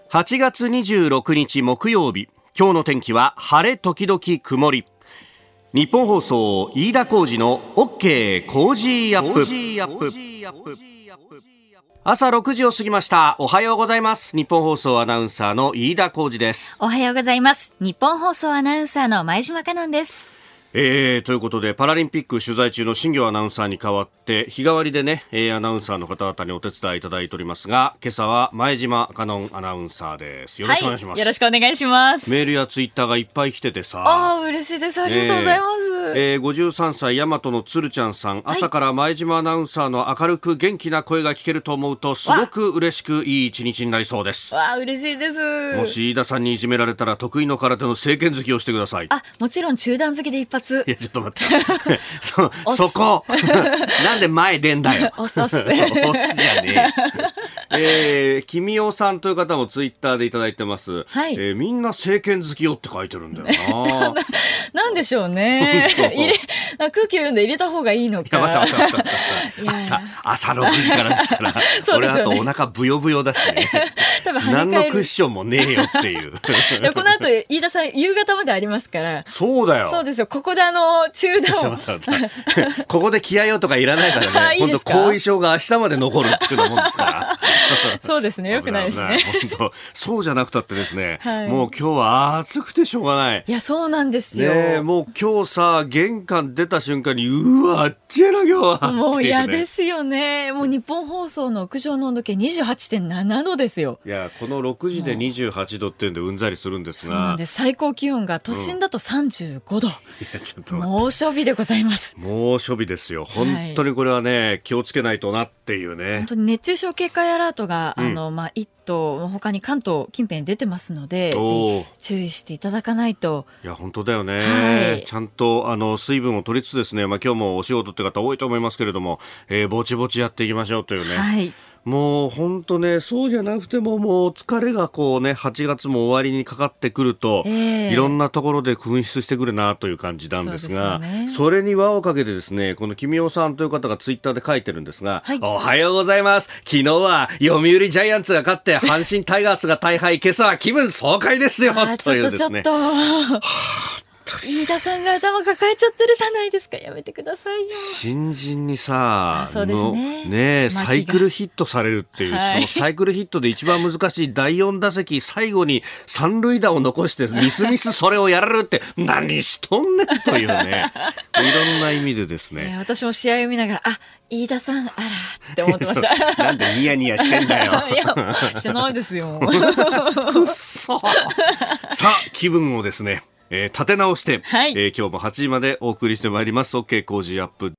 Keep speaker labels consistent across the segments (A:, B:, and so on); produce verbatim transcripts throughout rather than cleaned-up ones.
A: はちがつにじゅうろくにち木曜日、今日の天気は晴れ時々曇り。日本放送飯田浩司の OK 工事アップ。朝ろくじを過ぎました。おはようございます。日本放送アナウンサーの飯田浩司です。
B: おはようございます。日本放送アナウンサーの前島香音です。
A: えー、ということでパラリンピック取材中の新業アナウンサーに代わって日替わりでね、えー、アナウンサーの方々にお手伝いいただいておりますが、今朝は前島香音アナウンサーです。よろしくお願いします。
B: はい、よろしくお願いします。
A: メールやツイッターがいっぱい来ててさ
B: あー嬉しいです。ありがとうございます。
A: えーえー、ごじゅうさんさい大和のつるちゃんさん、朝から前島アナウンサーの明るく元気な声が聞けると思うとすごく嬉しくいい一日になりそうです。
B: わあ嬉しいです。
A: もし飯田さんにいじめられたら得意の空手の正拳突きをしてください。
B: あ、もちろん中段突きで一発。
A: いやちょっと待ってそ, そこなんで前出んだよ。
B: おそす
A: おすじゃねえ。えー、君代さんという方もツイッターでいただいてます、
B: はい。
A: えー、みんな正拳突きよって書いてるんだよな
B: なんでしょうね。入れ空気を読んで入れた方がいいのか。
A: いや待って待って待って朝, 朝ろくじからですから
B: そうですよね、
A: 俺あとお腹ブヨブヨだしね
B: 多分跳ね返る
A: 何のクッションもねえよっていう
B: この後飯田さん夕方までありますから。
A: そうだよ。
B: そうですよ。ここであの中段を
A: ここで気合よとかいらないからね。本当後遺症が明日まで残るっていうもんですから
B: そうですね。よくないですね。
A: 本当そうじゃなくたってですね、
B: はい、
A: もう今日は暑くてしょうがない。
B: いやそうなんですよ、
A: ね、もう今日さ玄関出た瞬間にうわあっちえな今日は
B: もう嫌ですよね。もう日本放送の屋上の温度計 にじゅうはちてんななどですよ。
A: いやこのろくじでにじゅうはちどっていうんでうんざりするんですが、
B: そうなんです。最高気温が都心だとさんじゅうごど、うん、い
A: やちょっと
B: 猛暑日でございます。
A: 猛暑日ですよ。本当にこれはね、はい、気をつけないとなっていうね。
B: 本当に熱中症警戒アラートが、うん、あのまあ一都の他に関東近辺に出てますので、ぜひ注意していただかないと。
A: いや本当だよね、
B: はい、
A: ちゃんとあの水分を取りつつですね、まあ、今日もお仕事って方多いと思いますけれども、えー、ぼちぼちやっていきましょうというね、
B: はい、
A: もう本当ね、そうじゃなくてももう疲れがこうねはちがつも終わりにかかってくると、えー、いろんなところで噴出してくるなという感じなんですが、 そうですよね、それに輪をかけてですね、この君代さんという方がツイッターで書いてるんですが、はい、おはようございます。昨日は読売ジャイアンツが勝って阪神タイガースが大敗、今朝は気分爽快ですよというですね。
B: ちょっとちょっとは飯田さんが頭抱えちゃってるじゃないですか。やめてくださいよ。
A: 新人にさ、
B: そうですね、
A: ねえサイクルヒットされるっていう、はい、しかもサイクルヒットで一番難しいだいよん打席最後に三塁打を残してミスミスそれをやられるって何しとんねんというねいろんな意味でですね、
B: 私も試合を見ながらあ飯田さんあらって思ってました
A: なんでニヤニヤしてんだよ
B: いやしてないですよ
A: くっそさあ気分をですね、えー、立て直して、はい、えー、今日もはちじまでお送りしてまいります OK 工事アップ。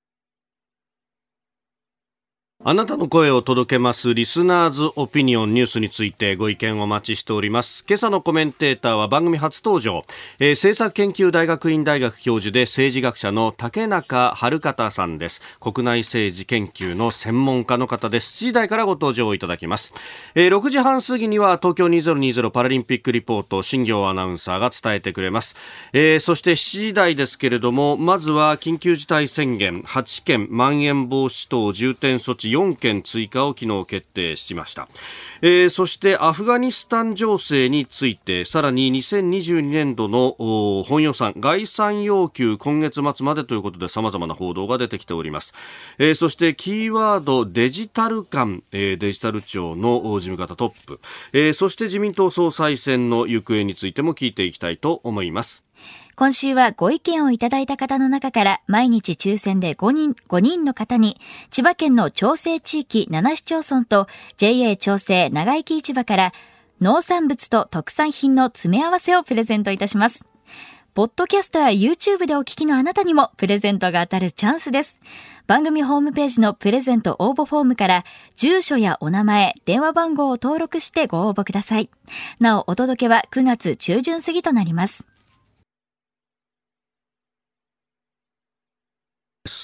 A: あなたの声を届けますリスナーズオピニオン、ニュースについてご意見をお待ちしております。今朝のコメンテーターは番組初登場、えー、政策研究大学院大学教授で政治学者の竹中春方さんです。国内政治研究の専門家の方です。しちじ台からご登場いただきます。えー、ろくじはん過ぎには東京にせんにじゅうパラリンピックリポート、新業アナウンサーが伝えてくれます。えー、そしてしちじ台ですけれども、まずは緊急事態宣言はちけん、まん延防止等重点措置よんけん追加を昨日決定しました。えー、そしてアフガニスタン情勢について、さらににせんにじゅうにねんどの本予算概算要求今月末までということで様々な報道が出てきております。えー、そしてキーワードデジタル監、えー、デジタル庁の事務方トップ、えー、そして自民党総裁選の行方についても聞いていきたいと思います。
B: 今週はご意見をいただいた方の中から毎日抽選でごにん、ごにんの方に千葉県の長生地域なな市町村と ジェイエー 長生長生市場から農産物と特産品の詰め合わせをプレゼントいたします。ポッドキャストや YouTube でお聞きのあなたにもプレゼントが当たるチャンスです。番組ホームページのプレゼント応募フォームから住所やお名前、電話番号を登録してご応募ください。なお、お届けはくがつ中旬過ぎとなります。
A: ス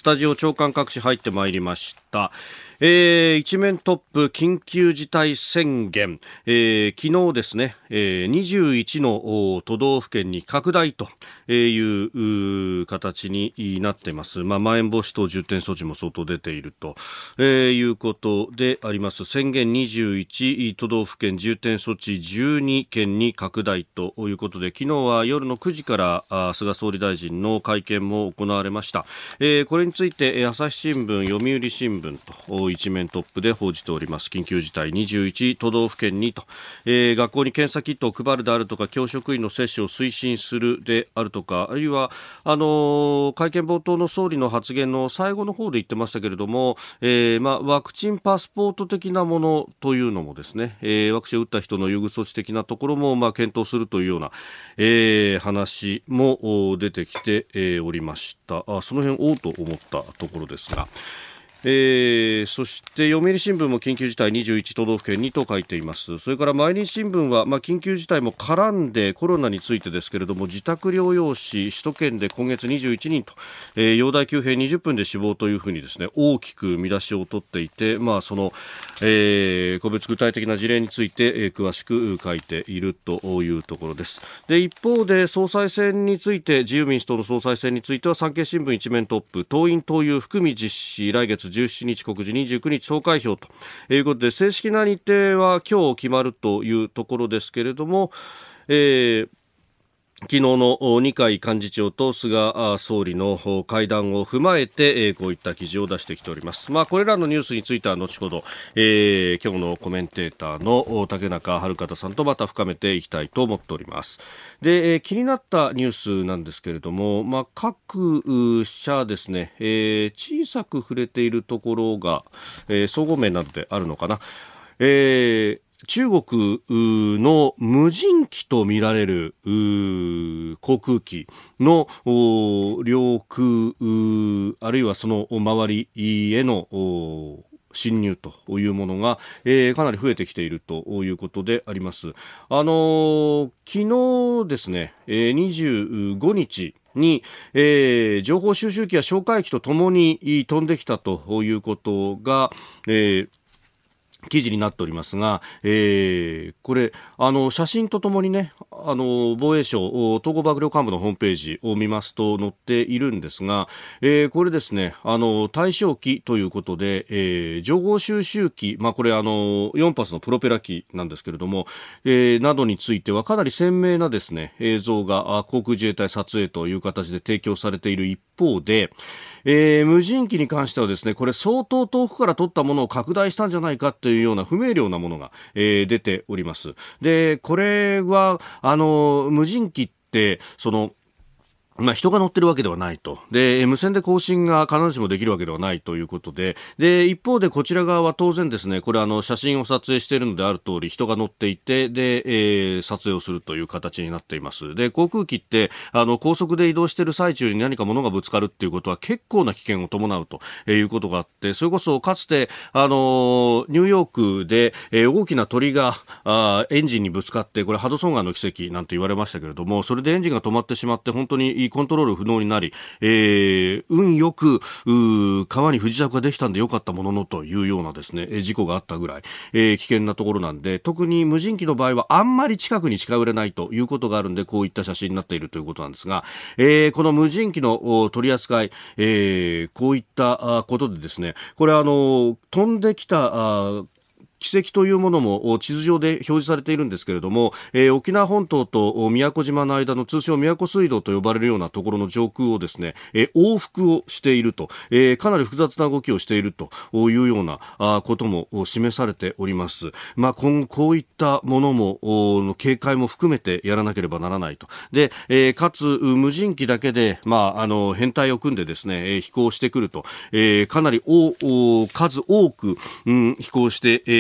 A: タジオ長官各紙入ってまいりました。えー、一面トップ緊急事態宣言、えー、昨日ですね、えー、にじゅういちの都道府県に拡大という形になっています。まあ、まん延防止等重点措置も相当出ていると、えー、いうことであります。宣言にじゅういち都道府県重点措置じゅうにけんに拡大ということで、昨日は夜のくじから菅総理大臣の会見も行われました。えー、これについて朝日新聞、読売新聞と一面トップで報じております。緊急事態にじゅういち都道府県にと、えー、学校に検査キットを配るであるとか、教職員の接種を推進するであるとか、あるいはあのー、会見冒頭の総理の発言の最後の方で言ってましたけれども、えーまあ、ワクチンパスポート的なものというのもですね、えー、ワクチンを打った人の優遇措置的なところもまあ検討するというような、えー、話も出てきて、えー、おりました。あ、その辺おうと思ったところですが、えー、そして読売新聞も緊急事態にじゅういち都道府県にと書いています。それから毎日新聞は、まあ、緊急事態も絡んでコロナについてですけれども、自宅療養士首都圏で今月にじゅういちにんと、えー、容体急変にじゅっぷんで死亡というふうにですね、大きく見出しを取っていて、まあ、その、えー、個別具体的な事例について、えー、詳しく書いているというところです。で、一方で総裁選について、自由民主党の総裁選については産経新聞一面トップ、党員党友含み実施、来月じゅうしちにち告示、にじゅうくにち投開票ということで、正式な日程は今日決まるというところですけれども、えー昨日の二階幹事長と菅総理の会談を踏まえて、こういった記事を出してきております。まあ、これらのニュースについては後ほど、えー、今日のコメンテーターの竹中遥方さんとまた深めていきたいと思っております。で、えー、気になったニュースなんですけれども、まあ、各社ですね、えー、小さく触れているところが、えー、総合面などであるのかな。えー中国の無人機とみられる航空機の領空あるいはその周りへの侵入というものが、えー、かなり増えてきているということであります。あのー、昨日ですね、えー、にじゅうごにちに、えー、情報収集機や哨戒機とともに飛んできたということが、えー記事になっておりますが、えー、これあの写真とともにね、あの防衛省統合幕僚監部のホームページを見ますと載っているんですが、えー、これですね、あの対象機ということで、えー、情報収集機、まあ、これあのよん発のプロペラ機なんですけれども、えー、などについてはかなり鮮明なですね映像が航空自衛隊撮影という形で提供されている一方で、えー、無人機に関してはですね、これ相当遠くから撮ったものを拡大したんじゃないかというような不明瞭なものが、えー、出ております。で、これはあの無人機ってそのまあ、人が乗ってるわけではないと。で、無線で交信が必ずしもできるわけではないということで、で、一方でこちら側は当然ですね、これあの、写真を撮影しているのである通り、人が乗っていて、で、えー、撮影をするという形になっています。で、航空機って、あの、高速で移動している最中に何か物がぶつかるっていうことは結構な危険を伴うということがあって、それこそかつて、あの、ニューヨークで、えー、大きな鳥が、あエンジンにぶつかって、これハドソン川の奇跡なんて言われましたけれども、それでエンジンが止まってしまって、本当にコントロール不能になり、えー、運よく川に不時着ができたんでよかったもののというようなですね事故があったぐらい、えー、危険なところなんで、特に無人機の場合はあんまり近くに近寄れないということがあるんで、こういった写真になっているということなんですが、えー、この無人機の取り扱い、えー、こういったことでですね、これあの飛んできた軌跡というものも地図上で表示されているんですけれども、えー、沖縄本島と宮古島の間の通称宮古水道と呼ばれるようなところの上空をですね、えー、往復をしていると、えー、かなり複雑な動きをしているというようなあことも示されております。まあ、今後こういったものも警戒も含めてやらなければならないと。で、えー、かつ無人機だけで、まあ、あの編隊を組んでですね、えー、飛行してくると、えー、かなりお数多く、うん、飛行して、えー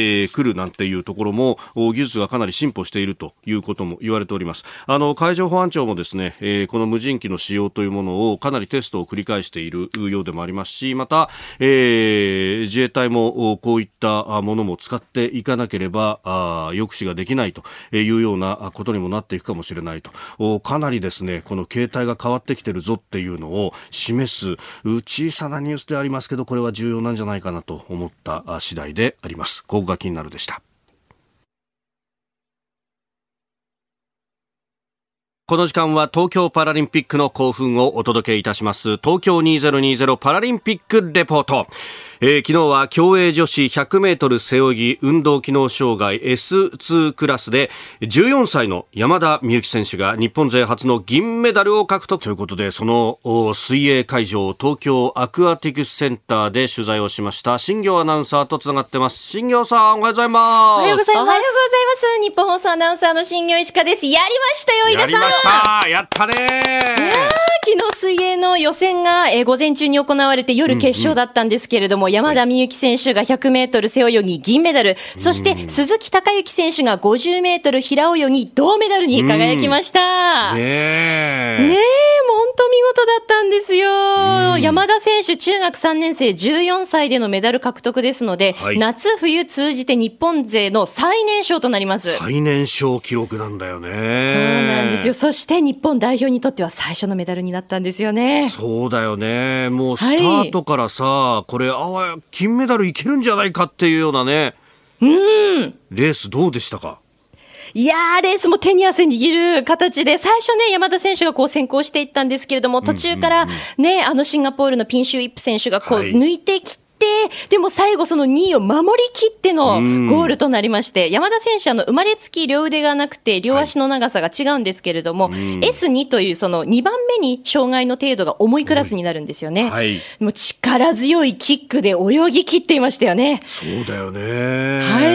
A: てくるなんていうところも技術がかなり進歩しているということも言われております。あの海上保安庁もですね、えー、この無人機の使用というものをかなりテストを繰り返しているようでもありますし、また、えー、自衛隊もこういったものも使っていかなければあ抑止ができないというようなことにもなっていくかもしれないと、かなりですねこの形態が変わってきてるぞっていうのを示す小さなニュースでありますけど、これは重要なんじゃないかなと思った次第であります。ここが気になるでした。この時間は東京パラリンピックの興奮をお届けいたします東京にせんにじゅうパラリンピックレポート。えー、昨日は競泳女子ひゃくメートル背泳ぎ運動機能障害 エスツー クラスでじゅうよんさいの山田美幸選手が日本勢初の銀メダルを獲得ということで、その水泳会場東京アクアティクスセンターで取材をしました新業アナウンサーとつながってます。新業さん、おはようございます。
C: おはようございます。おはようございます。日本放送アナウンサーの新業石香です。やりましたよ、井田さん。
A: やりました。やったねー。
C: いや昨日水泳の予選が、えー、午前中に行われて夜決勝だったんですけれども、うんうん、山田美幸選手がひゃくメートル背泳ぎ銀メダル、そして鈴木孝幸選手がごじゅうメートル平泳ぎ銅メダルに輝きました。
A: うん、ねえ。
C: ねえ、本当見事だったんですよ。うん、山田選手中学さんねん生じゅうよんさいでのメダル獲得ですので、はい、夏冬通じて日本勢の最年少となります。
A: 最年少記録なんだよね。
C: そうなんですよ。そして日本代表にとっては最初のメダルになったんですよね。
A: そうだよね。もうスタートからさ、はい、これあ金メダルいけるんじゃないかっていうようなね、
C: うん、
A: レースどうでしたか？
C: いやー、レースも手に汗握る形で、最初ね、山田選手がこう先行していったんですけれども、途中からね、あのシンガポールのピンシュー・イップ選手がこう抜いてきて、でも最後そのにいを守りきってのゴールとなりまして、山田選手はあの生まれつき両腕がなくて両足の長さが違うんですけれども、はい、エスツー というそのにばんめに障害の程度が重いクラスになるんですよね。はい、もう力強いキックで泳ぎ切っていましたよね。
A: そうだよね。
C: はい。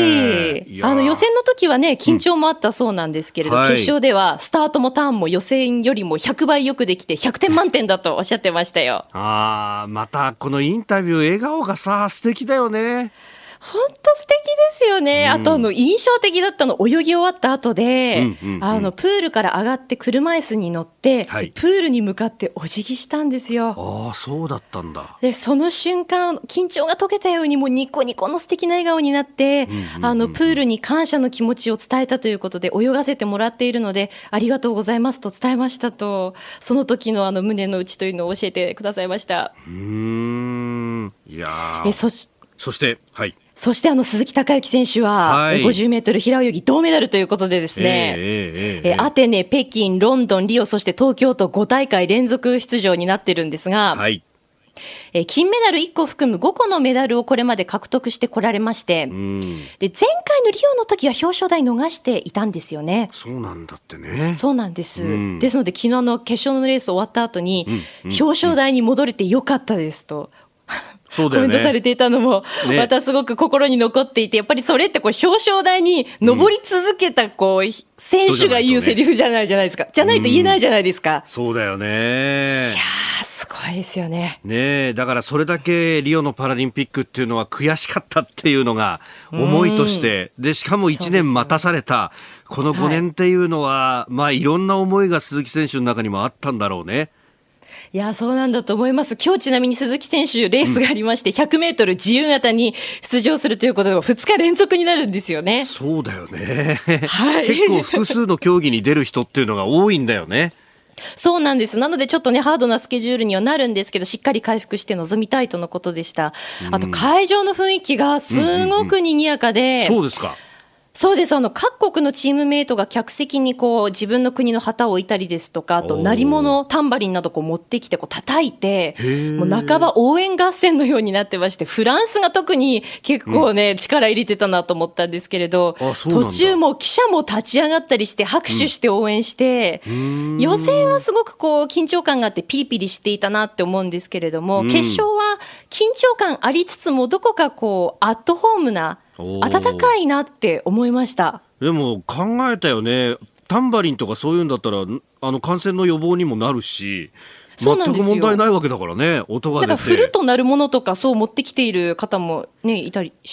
C: あの予選の時はね、緊張もあったそうなんですけれど、うん、決勝ではスタートもターンも予選よりもひゃくばいよくできてひゃくてん満点だとおっしゃってましたよ。
A: あー、またこのインタビュー笑顔がさ素敵だよね。
C: 本当素敵ですよね。うん、あとあの印象的だったの、泳ぎ終わった後で、うんうんうん、あのプールから上がって車椅子に乗って、はい、プールに向かってお辞儀したんですよ。
A: ああ、そうだったんだ。
C: でその瞬間緊張が解けたようにもうニコニコの素敵な笑顔になって、うんうんうん、あのプールに感謝の気持ちを伝えたということで泳がせてもらっているのでありがとうございますと伝えましたと、その時のあの胸の内というのを教えてくださいました。
A: うーん、いや
C: えそし
A: そしてはい
C: そしてあの鈴木孝幸選手は、はい、ごじゅうメートル平泳ぎ銅メダルということでですね、えーえーえー、アテネ、北京、ロンドン、リオ、そして東京とご大会連続出場になってるんですが、はい、え金メダルいっこ含むごこのメダルをこれまで獲得してこられまして、うん、で前回のリオの時は表彰台逃していたんですよね。
A: そうなんだってね。
C: そうなんです、うん、ですので昨日の決勝のレース終わった後に、うんうん、表彰台に戻れてよかったですと、そうだよね、コメントされていたのも、ね、またすごく心に残っていて、やっぱりそれってこう表彰台に上り続けたこう、うん、選手が言うセリフじゃないじゃないですか。じゃないと言えないじゃないですか。
A: うん、そうだよね。
C: いやーすごいですよね。
A: ねえ、だからそれだけリオのパラリンピックっていうのは悔しかったっていうのが思いとして、うん、でしかもいちねん待たされたこのごねんっていうのは、はい、まあいろんな思いが鈴木選手の中にもあったんだろうね。
C: いやそうなんだと思います。今日ちなみに鈴木選手レースがありまして、うん、ひゃくメートル自由形に出場するということでふつか連続になるんですよね。
A: そうだよね、はい、結構複数の競技に出る人っていうのが多いんだよね。
C: そうなんです。なのでちょっとねハードなスケジュールにはなるんですけど、しっかり回復して臨みたいとのことでした。あと会場の雰囲気がすごく賑やかで、うんうんうん、
A: そうですか。
C: そうです。あの各国のチームメイトが客席にこう自分の国の旗を置いたりですとか、あと鳴り物タンバリンなどこう持ってきてこう叩いて、もう半ば応援合戦のようになってまして、フランスが特に結構ね、うん、力入れてたなと思ったんですけれど、途中も記者も立ち上がったりして拍手して応援して、うん、予選はすごくこう緊張感があってピリピリしていたなって思うんですけれども、うん、決勝は緊張感ありつつもどこかこうアットホームな温かいなって思いました。
A: でも考えたよね、タンバリンとかそういうんだったらあの感染の予防にもなるし、全く問題ないわけだからね。音が出て、
C: だからフルとなるものとかそう持ってきている方も、ね、いたりして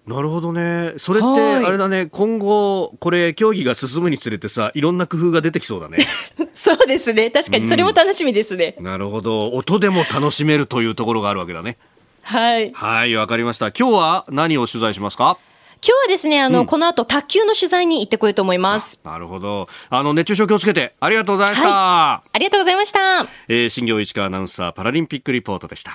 A: なるほどね。それってあれだね、今後これ競技が進むにつれてさ、いろんな工夫が出てきそうだね。
C: そうですね、確かにそれも楽しみですね、
A: うん、なるほど。音でも楽しめるというところがあるわけだね。
C: はい
A: はい、わかりました。今日は何を取材しますか？
C: 今日はですね、あの、うん、この後卓球の取材に行ってこようと思います。
A: なるほど。あの熱中症気をつけて。ありがとうございました。
C: はい、ありがとうございました。
A: えー、新業市川アナウンサー、パラリンピックリポートでした。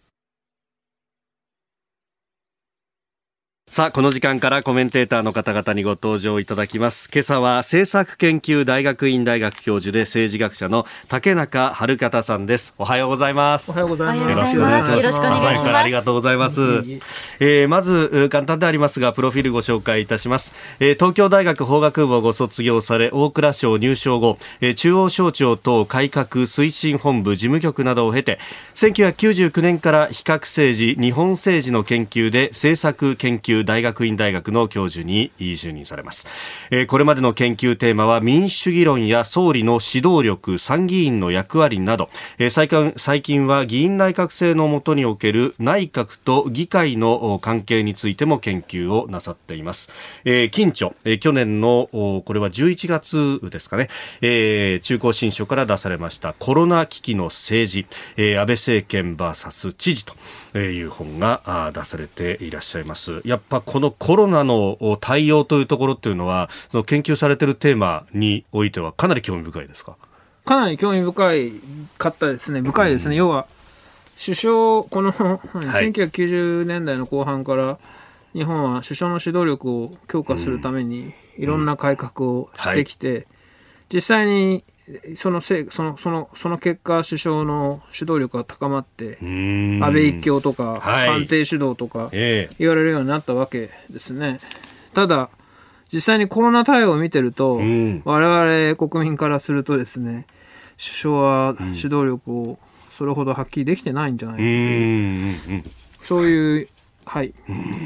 A: さあ、この時間からコメンテーターの方々にご登場いただきます。今朝は政策研究大学院大学教授で政治学者の竹中春方さんです。おはようございます。
D: おはようございます。
B: よろしくお願いします。よろしくお願いします。
A: 朝からありがとうございます。えー、まず簡単でありますがプロフィールご紹介いたします。えー、東京大学法学部をご卒業され、大蔵省入省後、えー、中央省庁等改革推進本部事務局などを経て、せんきゅうひゃくきゅうじゅうきゅうねんから比較政治、日本政治の研究で政策研究大学院大学の教授に就任されます。えー、これまでの研究テーマは民主主義論や総理の指導力、参議院の役割など、えー、最近、最近は議員内閣制の下における内閣と議会の関係についても研究をなさっています。えー、近著、えー、去年のこれはじゅういちがつですかね、えー、中高新書から出されましたコロナ危機の政治、えー、安倍政権 ブイエス 知事という本が出されていらっしゃいます。やっぱこのコロナの対応というところっていうのは、その研究されているテーマにおいてはかなり興味深いですか？
D: かなり興味深いかったですね。深いですね、うん、要は首相、このせんきゅうひゃくきゅうじゅうねんだいの後半から日本は首相の指導力を強化するためにいろんな改革をしてきて、うんうんはい、実際にそのせいそのそのその結果首相の指導力が高まって安倍一強とか官邸主導とか言われるようになったわけですね。ただ実際にコロナ対応を見てると、我々国民からするとですね、首相は指導力をそれほど発揮できてないんじゃないかという、そういうはい。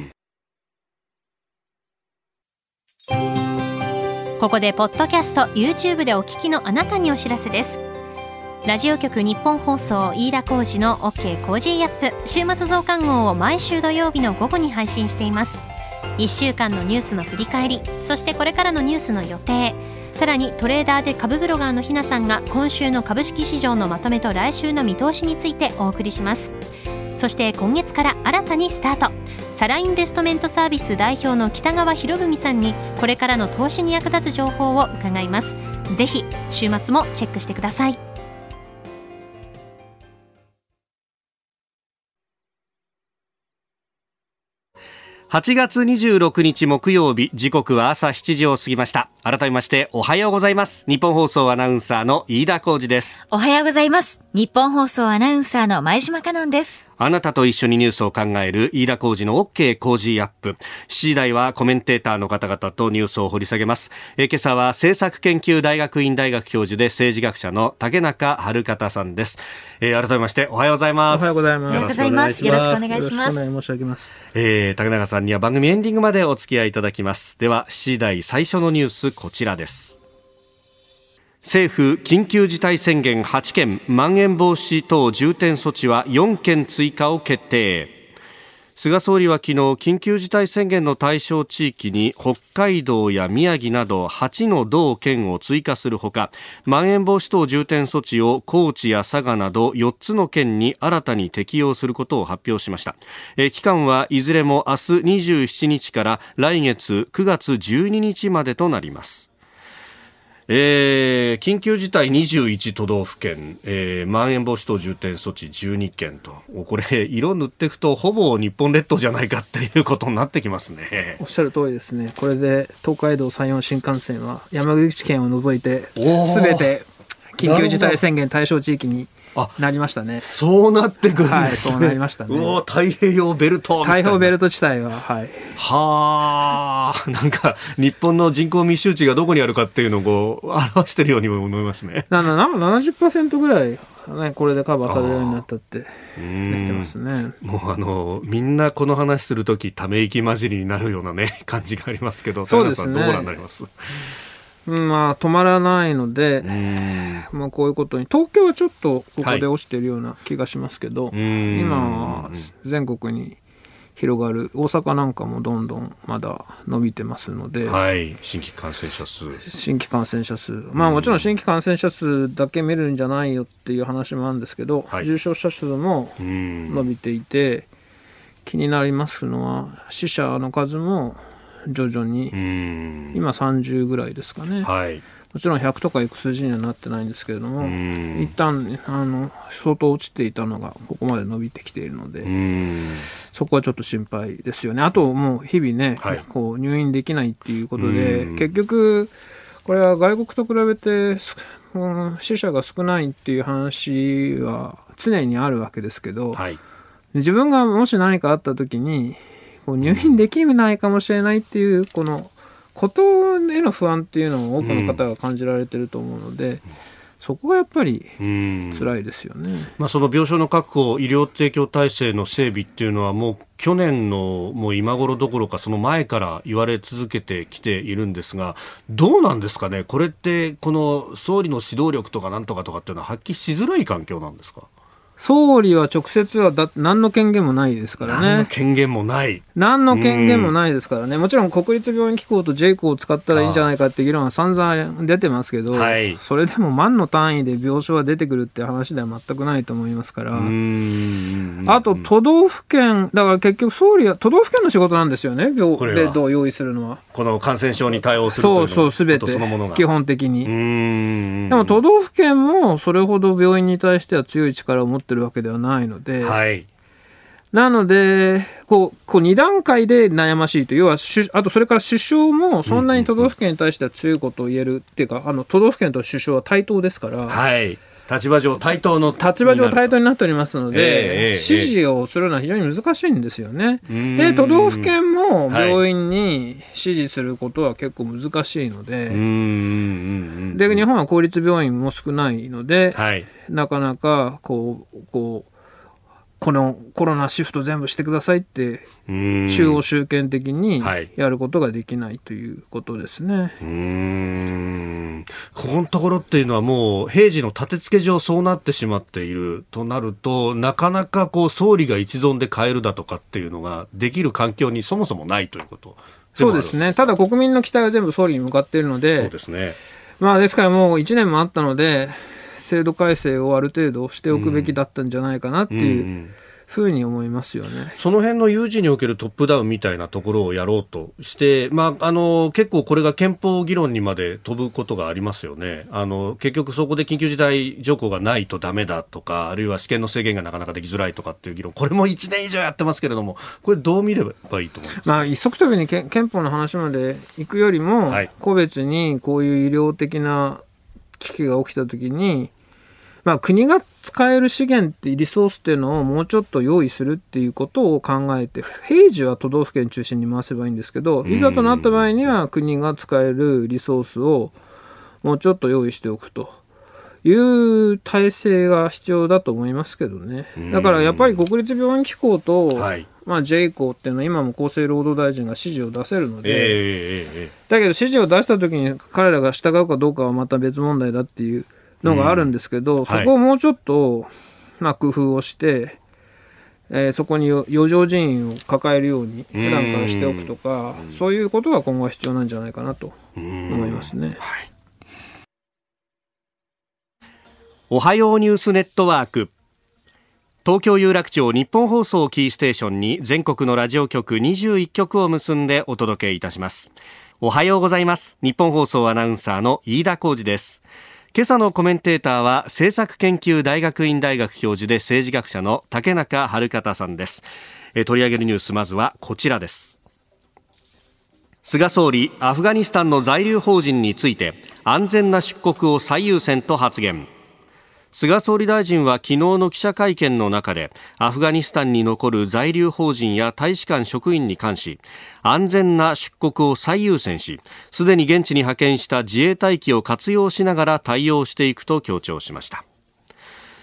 E: ここでポッドキャスト YouTube でお聞きのあなたにお知らせです。ラジオ局日本放送飯田浩司の OK コージーアップ週末増刊号を毎週土曜日の午後に配信しています。いっしゅうかんのニュースの振り返り、そしてこれからのニュースの予定、さらにトレーダーで株ブロガーのひなさんが今週の株式市場のまとめと来週の見通しについてお送りします。そして今月から新たにスタート、サラインベストメントサービス代表の北川博文さんにこれからの投資に役立つ情報を伺います。ぜひ週末もチェックしてください。
A: はちがつにじゅうろくにち木曜日、時刻は朝しちじを過ぎました。改めましておはようございます。日本放送アナウンサーの飯田浩司です。
B: おはようございます。日本放送アナウンサーの前島香音です。
A: あなたと一緒にニュースを考える飯田浩司の OK コージーアップ。しちじ台はコメンテーターの方々とニュースを掘り下げます。え今朝は政策研究大学院大学教授で政治学者の竹中春方さんです。えー、改めましておはようございます。
D: おはようございます。
B: おはようございます。よろしくお願いします。よろしくお
D: 願い申し上げます。
A: えー、竹中さんには番組エンディングまでお付き合いいただきます。ではしちじ台最初のニュース、こちらです。政府緊急事態宣言はちけん、まん延防止等重点措置はよんけん追加を決定。菅総理は昨日緊急事態宣言の対象地域に北海道や宮城などはちの道県を追加するほか、まん延防止等重点措置を高知や佐賀などよっつの県に新たに適用することを発表しました。え期間はいずれも明日にじゅうしちにちから来月くがつじゅうににちまでとなります。えー、緊急事態にじゅういち都道府県、えー、まん延防止等重点措置じゅうにけんと、これ色塗っていくとほぼ日本列島じゃないかっていうことになってきますね。
D: おっしゃる通りですね。これで東海道山陽新幹線は山口県を除いて全て緊急事態宣言対象地域になりましたね。
A: そうなってくるんですね。
D: はい、そうなりましたね。
A: お太平洋ベルトみたいな。
D: 太平洋ベルト地帯は、はい。
A: はあ、なんか日本の人口密集地がどこにあるかっていうのをこう表してるようにも思いますね。
D: ななななじゅっパーセント ぐらい、ね、これでカバーされるようになったってできてますね。
A: もうあのみんなこの話するときため息混じりになるようなね感じがありますけど、
D: そうですね。
A: どうご覧になります？
D: まあ、止まらないので、まあ、こういうことに東京はちょっとここで落ちているような気がしますけど、はい、今は全国に広がる。大阪なんかもどんどんまだ伸びてますので、
A: はい、新規感染者数
D: 新規感染者数、まあもちろん新規感染者数だけ見るんじゃないよっていう話もあるんですけど、はい、重症者数も伸びていて、気になりますのは死者の数も徐々に今さんじゅうぐらいですかね、はい、もちろんひゃくとかいく数字にはなってないんですけれども、一旦あの相当落ちていたのがここまで伸びてきているので、そこはちょっと心配ですよね。あともう日々ね、はい、こう入院できないっていうことで、結局これは外国と比べて、うん、死者が少ないっていう話は常にあるわけですけど、はい、自分がもし何かあった時にこう入院できないかもしれないっていうこのことへの不安っていうのを多くの方が感じられていると思うので、うん、そこがやっぱり辛いですよね。
A: まあ、その病床の確保、医療提供体制の整備っていうのはもう去年のもう今頃どころかその前から言われ続けてきているんですが、どうなんですかね。これってこの総理の指導力とかなんとかとかっていうのは発揮しづらい環境なんですか。
D: 総理は直接はだ何の権限もないですからね。
A: 何の権限もない。
D: 何の権限もないですからね。もちろん国立病院機構と ジェイコー を使ったらいいんじゃないかって議論は散々出てますけど、はい、それでも万の単位で病床は出てくるって話では全くないと思いますから。うーん、あと都道府県、だから結局総理は都道府県の仕事なんですよね。病ベッドを用意するのは。
A: この感染症に対応するというの
D: そうそう、すべて基本的に。うーん、でも都道府県もそれほど病院に対しては強い力を持ってるわけではないので、はい、なのでこうこうに段階で悩ましいという、要はあとそれから首相もそんなに都道府県に対しては強いことを言えるっていうか、あの都道府県と首相は対等ですから、はい、
A: 立場上対等の
D: 立場上対等になっておりますので、えー、指示をするのは非常に難しいんですよね。で都道府県も病院に指示することは結構難しいので、はい、で日本は公立病院も少ないので、はい、なかなかこうこうこのコロナシフト全部してくださいって中央集権的にやることができないということですね。はい、うー
A: ん、ここのところっていうのはもう平時の立て付け上そうなってしまっているとなると、なかなかこう総理が一存で変えるだとかっていうのができる環境にそもそもないということ。
D: そうですね。ただ国民の期待は全部総理に向かっているので、
A: そうですね。
D: まあですからもういちねんもあったので制度改正をある程度しておくべきだったんじゃないかなっていうふうに思いますよね。うんうん、
A: その辺の有事におけるトップダウンみたいなところをやろうとして、まあ、あの結構これが憲法議論にまで飛ぶことがありますよね。あの結局そこで緊急事態条項がないとダメだとか、あるいは試験の制限がなかなかできづらいとかっていう議論、これもいちねん以上やってますけれども、これどう見ればいいと思いますか。
D: まあ、一足飛びに憲法の話まで行くよりも、はい、個別にこういう医療的な危機が起きたときに、まあ、国が使える資源ってリソースっていうのをもうちょっと用意するっていうことを考えて、平時は都道府県中心に回せばいいんですけど、いざとなった場合には国が使えるリソースをもうちょっと用意しておくという体制が必要だと思いますけどね。だからやっぱり国立病院機構と、はい、まあ、ジェイコー っていうのは今も厚生労働大臣が指示を出せるので、えーえー、だけど指示を出したときに彼らが従うかどうかはまた別問題だっていうのがあるんですけど、うん、そこをもうちょっと、まあ、工夫をして、えー、そこに余剰人員を抱えるように普段からしておくとか、うん、そういうことが今後は必要なんじゃないかなと思いますね。はい、
A: おはようニュースネットワーク、東京有楽町日本放送キーステーションに全国のラジオ局にじゅういっきょくを結んでお届けいたします。おはようございます。日本放送アナウンサーの飯田浩司です。今朝のコメンテーターは政策研究大学院大学教授で政治学者の竹中春方さんです。え取り上げるニュース、まずはこちらです。菅総理、アフガニスタンの在留邦人について安全な出国を最優先と発言。菅総理大臣は昨日の記者会見の中で、アフガニスタンに残る在留邦人や大使館職員に関し、安全な出国を最優先し、すでに現地に派遣した自衛隊機を活用しながら対応していくと強調しました。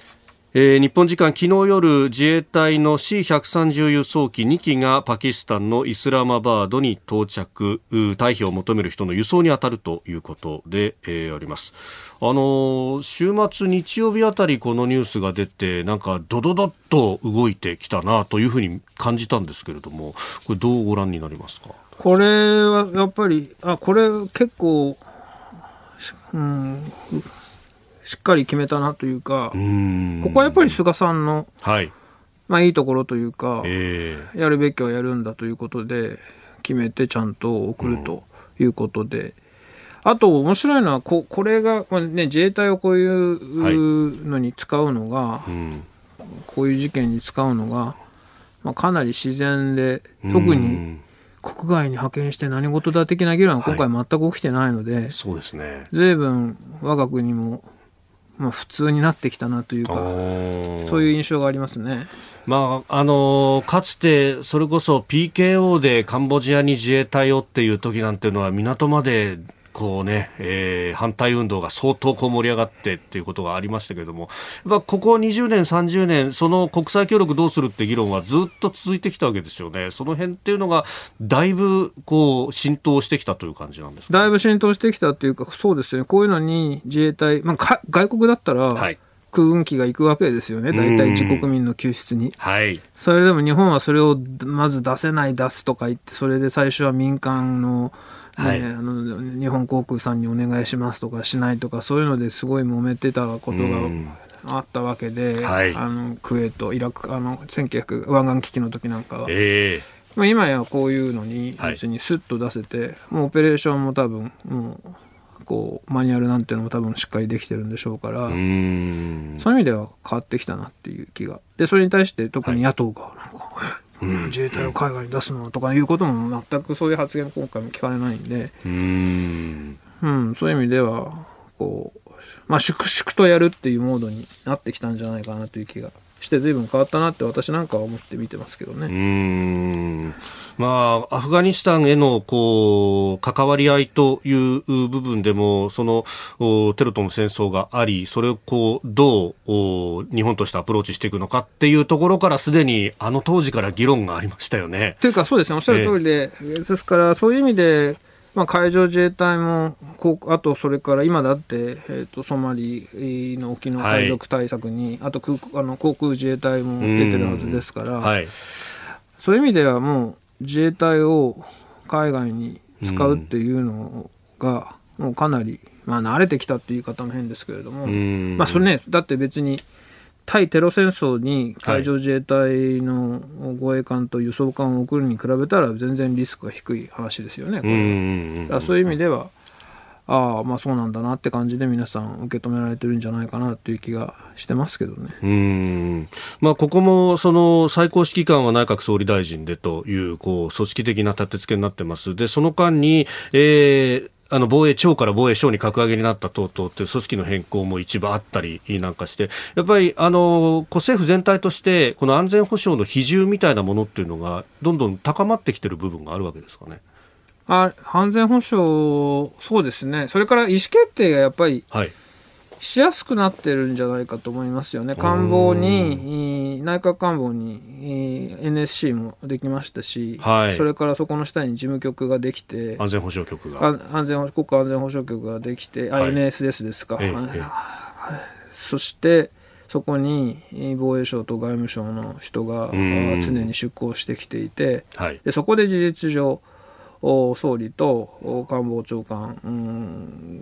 A: えー、日本時間昨日夜、自衛隊の シーひゃくさんじゅう 輸送機にきがパキスタンのイスラマバードに到着、退避を求める人の輸送に当たるということで、えー、あります。あのー、週末日曜日あたりこのニュースが出て、なんかドドドッと動いてきたなというふうに感じたんですけれども、これどうご覧になりますか？
D: これはやっぱり、あ、これ結構、うん、しっかり決めたなというか、うーん、ここはやっぱり菅さんの、はい、まあいいところというか、えー、やるべきはやるんだということで決めてちゃんと送るということで、うん、あと面白いのは こ, これが、まあね、自衛隊をこういうのに使うのが、はい、うん、こういう事件に使うのが、まあ、かなり自然で、特に国外に派遣して何事だ的な議論は今回全く起きてないので、はい、そうですね、随分我が国もまあ、普通になってきたなというか、そういう印象がありますね。
A: まああのー、かつてそれこそ ピーケーオー でカンボジアに自衛隊をっていう時なんていうのは港までこうね、えー、反対運動が相当こう盛り上がってっていうことがありましたけれども、やっぱここにじゅうねんさんじゅうねんその国際協力どうするって議論はずっと続いてきたわけですよね。その辺っていうのがだいぶこう浸透してきたという感じなんですか？
D: だいぶ浸透してきたというか、そうですよね。こういうのに自衛隊、まあ、外国だったら、はい、空軍機が行くわけですよね。大体自国民の救出に、はい、それでも日本はそれをまず出せない出すとか言って、それで最初は民間のね、はい、あの日本航空さんにお願いしますとかしないとか、そういうのですごい揉めてたことがあったわけで、はい、あのクウェート、イラク、あのせんきゅうひゃく湾岸危機の時なんかは、えーまあ、今やこういうのに別にスッと出せて、はい、もうオペレーションも多分もうこうマニュアルなんていうのも多分しっかりできてるんでしょうから、うーん、そういう意味では変わってきたなっていう気が。でそれに対して特に野党がなんか、はい、うん、自衛隊を海外に出すのとかいうことも全くそういう発言今回も聞かれないんで、うーん、うん、そういう意味ではこう、まあ、粛々とやるっていうモードになってきたんじゃないかなという気がして随分変わったなって私なんかは思って見てますけどね。うー
A: ん、まあ、アフガニスタンへのこう関わり合いという部分でもそのテロとの戦争があり、それをこうどう日本としてアプローチしていくのかっていうところからすでにあの当時から議論がありましたよね。
D: というかそうですね、おっしゃる通りで、えー、ですからそういう意味でまあ、海上自衛隊もこう、あとそれから今だって、えー、とソマリの沖の海賊対策に、はい、あと空あの航空自衛隊も出てるはずですから、はい、そういう意味ではもう自衛隊を海外に使うっていうのがもうかなり、まあ、慣れてきたっていう言い方も変ですけれども、まあそれね、だって別に対テロ戦争に海上自衛隊の護衛艦と輸送艦を送るに比べたら全然リスクが低い話ですよね。これはだからそういう意味ではああまあそうなんだなって感じで皆さん受け止められてるんじゃないかなという気がしてますけどね。
A: うーん、まあ、ここもその最高指揮官は内閣総理大臣でという、こう組織的な立て付けになってます。でその間に、えーあの防衛庁から防衛省に格上げになった等々という組織の変更も一部あったりなんかして、やっぱりあの政府全体としてこの安全保障の比重みたいなものっていうのがどんどん高まってきてる部分があるわけですかね。
D: あ、安全保障、そうですね。それから意思決定がやっぱり、はい、しやすくなってるんじゃないかと思いますよね。官房に、内閣官房に エヌエスシー もできましたし、はい、それからそこの下に事務局ができて、
A: 安全保障局が
D: 安全国家安全保障局ができて、はい、エヌエスエス ですか、ええ、そしてそこに防衛省と外務省の人が常に出向してきていて、はい、でそこで事実上総理と官房長官、うん、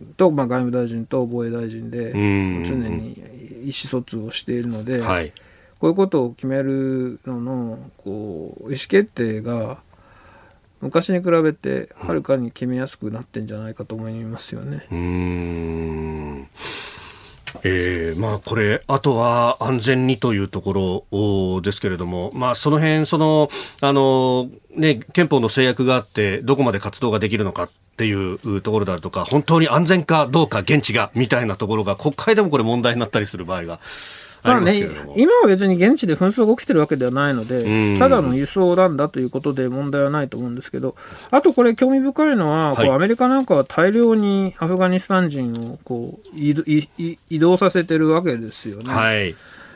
D: と、まあ、外務大臣と防衛大臣で常に意思疎通をしているので、はい、こういうことを決めるののこう意思決定が昔に比べてはるかに決めやすくなってんじゃないかと思いますよね。
A: うーん、えーまあ、これあとは安全にというところですけれども、まあ、その辺そのあの、ね、憲法の制約があってどこまで活動ができるのかっていうところであるとか、本当に安全かどうか現地がみたいなところが国会でもこれ問題になったりする場合がありますけれども、
D: まあね、今は別に現地で紛争が起きてるわけではないので、ただの輸送なんだということで問題はないと思うんですけど、あとこれ興味深いのは、はい、こうアメリカなんかは大量にアフガニスタン人をこう移動させてるわけですよね。はい、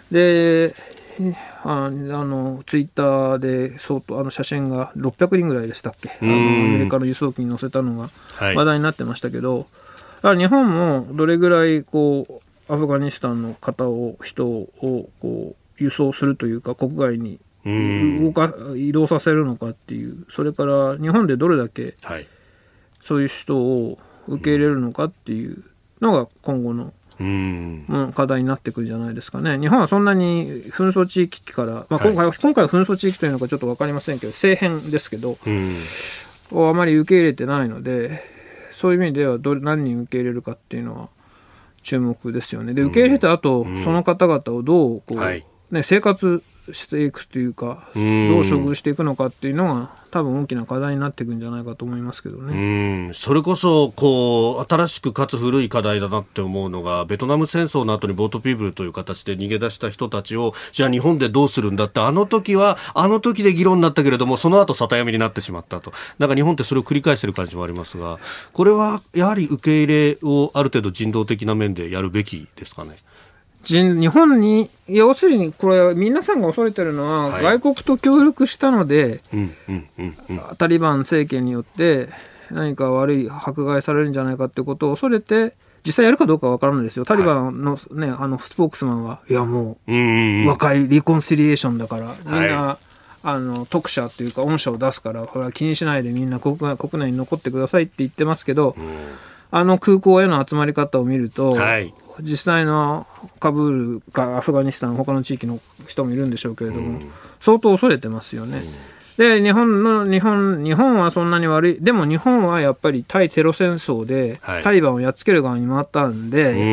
D: でああのツイッターで相当あの写真がろっぴゃくにんぐらいでしたっけ、あのアメリカの輸送機に載せたのが話題になってましたけど、はい、日本もどれぐらいこうアフガニスタンの方を人をこう輸送するというか国外に動か移動させるのかっていう、それから日本でどれだけそういう人を受け入れるのかっていうのが今後のうん課題になってくるんじゃないですかね。日本はそんなに紛争地域から、まあ、今回、はい、今回は紛争地域というのかちょっと分かりませんけど政変ですけど、をあまり受け入れてないので、そういう意味ではどれ何人受け入れるかっていうのは注目ですよね。で受け入れた後、うん、その方々をどうこう、はいね、生活していくというか、どう処遇していくのかっていうのが多分大きな課題になっていくんじゃないかと思いますけどね。
A: うん、それこそこう新しくかつ古い課題だなって思うのが、ベトナム戦争の後にボートピープルという形で逃げ出した人たちをじゃあ日本でどうするんだって、あの時はあの時で議論になったけれどもその後里山になってしまったと、なんか日本ってそれを繰り返している感じもありますが、これはやはり受け入れをある程度人道的な面でやるべきですかね。
D: 日本に要するにこれ皆さんが恐れてるのは、はい、外国と協力したので、うんうんうんうん、タリバン政権によって何か悪い迫害されるんじゃないかってことを恐れて実際やるかどうかは分からないですよ。タリバンの、ね、あのスポークスマンはいやもう、うんうんうん、和解リコンシリエーションだからみんな、はい、あの特赦というか恩赦を出すからこれは気にしないでみんな 国, 国内に残ってくださいって言ってますけど、うん、あの空港への集まり方を見ると、はい、実際のカブールかアフガニスタン他の地域の人もいるんでしょうけれども、うん、相当恐れてますよね、うん、で日本の日本日本はそんなに悪い、でも日本はやっぱり対テロ戦争で、はい、タリバンをやっつける側に回ったんで、うん、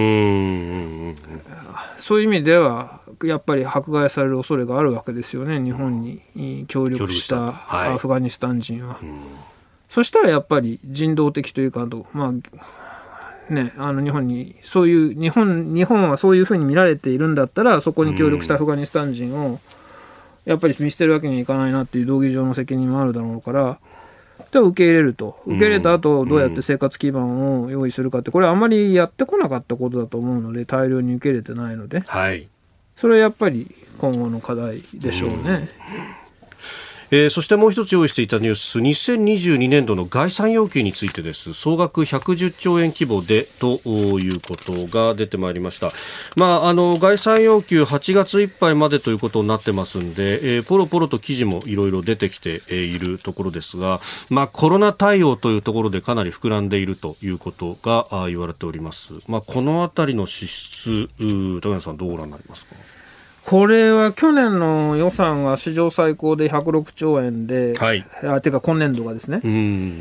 D: そういう意味ではやっぱり迫害される恐れがあるわけですよね、日本に協力したアフガニスタン人は、はい、うん、そしたらやっぱり人道的というか、まあね、あの日本にそういう日本、日本はそういうふうに見られているんだったらそこに協力したアフガニスタン人をやっぱり見捨てるわけにはいかないなっていう道義上の責任もあるだろうから、で受け入れると、受け入れた後どうやって生活基盤を用意するかって、これはあまりやってこなかったことだと思うので、大量に受け入れてないので、はい、それはやっぱり今後の課題でしょうね。
A: えー、そしてもう一つ用意していたニュース、にせんにじゅうにねんどの概算要求についてです。総額ひゃくじゅっちょうえん規模でということが出てまいりました。まあ、あの概算要求はちがついっぱいまでということになってますんで、えー、ポロポロと記事もいろいろ出てきているところですが、まあ、コロナ対応というところでかなり膨らんでいるということが言われております。まあ、このあたりの支出、高橋さんどうご覧になりますか。
D: これは去年の予算が史上最高でひゃくろくちょうえんで、はい、あてか今年度がですね、うん、